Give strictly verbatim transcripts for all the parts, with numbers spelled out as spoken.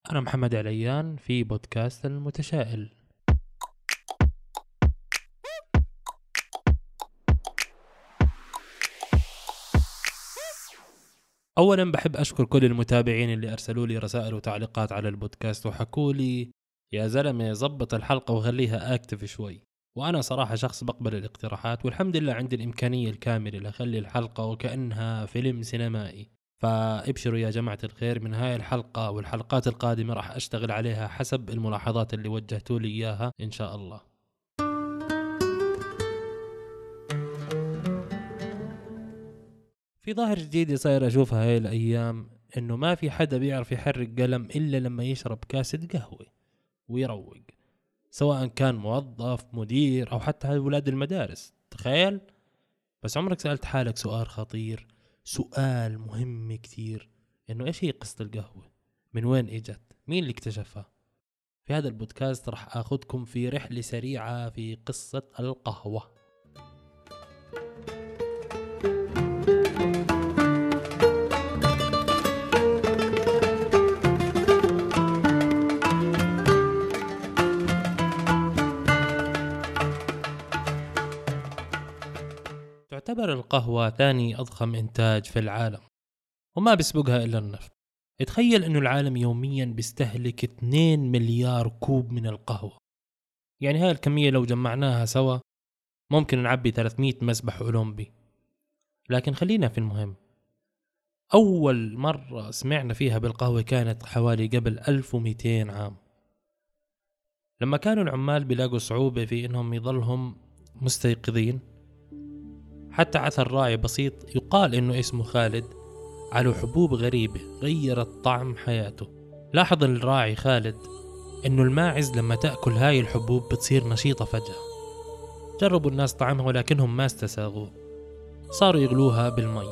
أنا محمد عليان في بودكاست المتشائل. أولا بحب أشكر كل المتابعين اللي أرسلوا لي رسائل وتعليقات على البودكاست وحكوا لي يا زلمة زبط الحلقة وخليها أكتف شوي. وأنا صراحة شخص بقبل الاقتراحات، والحمد لله عندي الإمكانية الكاملة لأخلي الحلقة وكأنها فيلم سينمائي. فابشروا يا جماعة الخير، من هاي الحلقة والحلقات القادمة راح أشتغل عليها حسب الملاحظات اللي وجهتوا لي إياها إن شاء الله. في ظاهر جديد صاير أشوفها هاي الأيام، إنه ما في حدا بيعرف يحرك قلم إلا لما يشرب كاسة قهوة ويروق، سواء كان موظف مدير أو حتى أولاد المدارس. تخيل. بس عمرك سألت حالك سؤال خطير، سؤال مهم كتير، إنه إيش هي قصة القهوة؟ من وين إجت؟ مين اللي اكتشفها؟ في هذا البودكاست رح أخذكم في رحلة سريعة في قصة القهوة. تعتبر القهوة ثاني أضخم إنتاج في العالم، وما بيسبقها إلا النفط. اتخيل إنه العالم يوميا بيستهلك اثنين مليار كوب من القهوة. يعني هاي الكمية لو جمعناها سوا ممكن نعبي ثلاثمية مسبح أولمبي. لكن خلينا في المهم. أول مرة سمعنا فيها بالقهوة كانت حوالي قبل ألف ومئتين عام، لما كانوا العمال بيلاقوا صعوبة في إنهم يظلهم مستيقظين. حتى عثر راعي بسيط يقال إنه اسمه خالد على حبوب غريبة غيرت طعم حياته. لاحظ الراعي خالد إنه الماعز لما تأكل هاي الحبوب بتصير نشيطة فجأة. جربوا الناس طعمها ولكنهم ما استساغوا، صاروا يغلوها بالمي.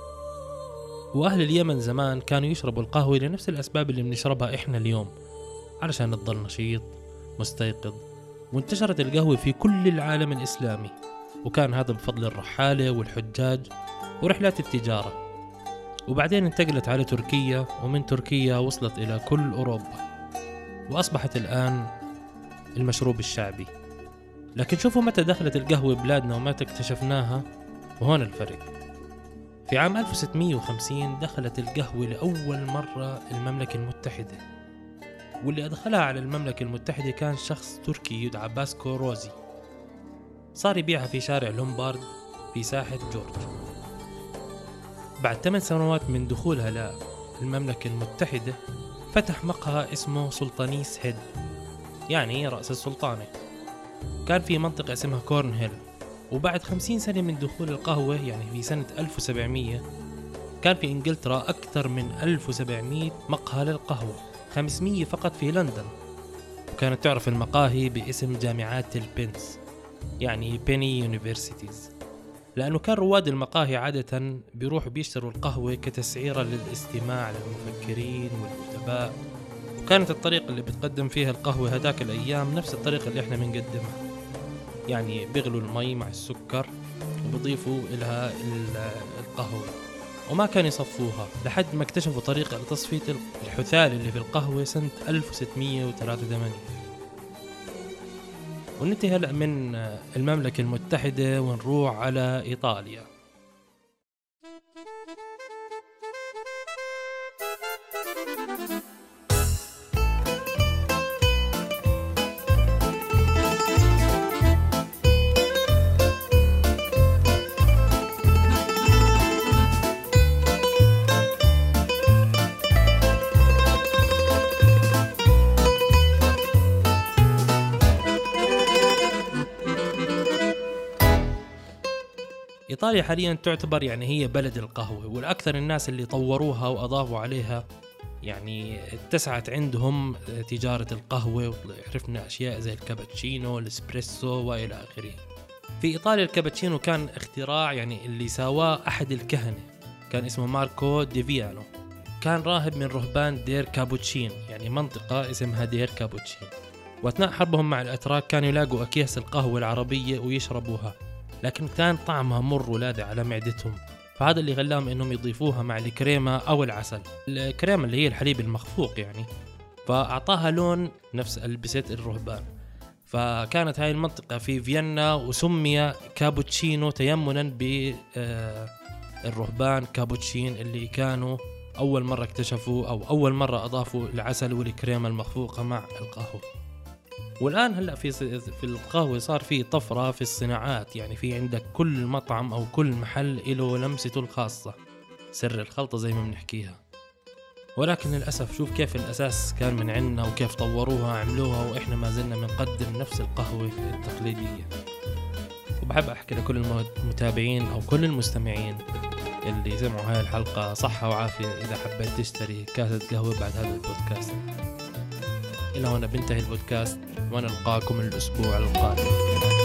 وأهل اليمن زمان كانوا يشربوا القهوة لنفس الأسباب اللي بنشربها إحنا اليوم، علشان تضل نشيط مستيقظ. وانتشرت القهوة في كل العالم الإسلامي، وكان هذا بفضل الرحالة والحجاج ورحلات التجارة. وبعدين انتقلت على تركيا، ومن تركيا وصلت إلى كل أوروبا، وأصبحت الآن المشروب الشعبي. لكن شوفوا متى دخلت القهوة بلادنا ومتى اكتشفناها، وهون الفرق. في عام ألف وستمية وخمسين دخلت القهوة لأول مرة المملكة المتحدة، واللي أدخلها على المملكة المتحدة كان شخص تركي يدعى باسكو روزي. صار يبيعها في شارع لومبارد في ساحة جورج. بعد ثمان سنوات من دخولها للمملكة المتحدة فتح مقهى اسمه سلطانيس هيد، يعني رأس السلطانة. كان في منطقة اسمها كورن هيل. وبعد خمسين سنة من دخول القهوة، يعني في سنة ألف وسبعمية، كان في إنجلترا أكثر من ألف وسبعمية مقهى للقهوة، خمسمية فقط في لندن. وكانت تعرف المقاهي باسم جامعات البنس، يعني بيني يونيفرسيتيز، لأنه كان رواد المقاهي عادة بيروحوا بيشتروا القهوة كتسعيرة للاستماع للمفكرين والأدباء. وكانت الطريقة اللي بتقدم فيها القهوة هداك الأيام نفس الطريقة اللي احنا بنقدمها، يعني بيغلوا المي مع السكر وبضيفوا إلها القهوة، وما كان يصفوها لحد ما اكتشفوا طريقة لتصفية الحثال اللي في القهوة سنة ألف وستمية وثلاثة وثمانين. وننتهي هلأ من المملكة المتحدة ونروح على إيطاليا. إيطاليا حاليا تعتبر يعني هي بلد القهوة، والأكثر الناس اللي طوروها وأضافوا عليها، يعني اتسعت عندهم تجارة القهوة، وعرفنا أشياء زي الكابتشينو الاسبريسو وإلى آخره. في إيطاليا الكابتشينو كان اختراع يعني اللي سواه أحد الكهنة، كان اسمه ماركو ديفيانو، كان راهب من رهبان دير كابوتشين، يعني منطقة اسمها دير كابوتشين. وأثناء حربهم مع الأتراك كانوا يلاقوا أكياس القهوة العربية ويشربوها، لكن كان طعمها مر ولاذع على معدتهم، فهذا اللي خلاهم انهم يضيفوها مع الكريمة او العسل. الكريمة اللي هي الحليب المخفوق يعني، فأعطاها لون نفس ألبسة الرهبان. فكانت هاي المنطقة في فيينا وسمي كابوتشينو تيمنا بالرهبان كابوتشين اللي كانوا أول مرة اكتشفوا أو أول مرة أضافوا العسل والكريمة المخفوقة مع القهوة. والآن هلأ في في القهوة صار في طفرة في الصناعات، يعني في عندك كل مطعم أو كل محل له لمسته الخاصة، سر الخلطة زي ما بنحكيها. ولكن للأسف شوف كيف الأساس كان من عنا وكيف طوروها عملوها، وإحنا ما زلنا بنقدم نفس القهوة التقليدية. وبحب أحكي لكل المتابعين أو كل المستمعين اللي سمعوا هاي الحلقة صحة وعافية إذا حبيت تشتري كاسة قهوة بعد هذا البودكاست. إلى هنا بنتهي البودكاست ونلقاكم الأسبوع القادم.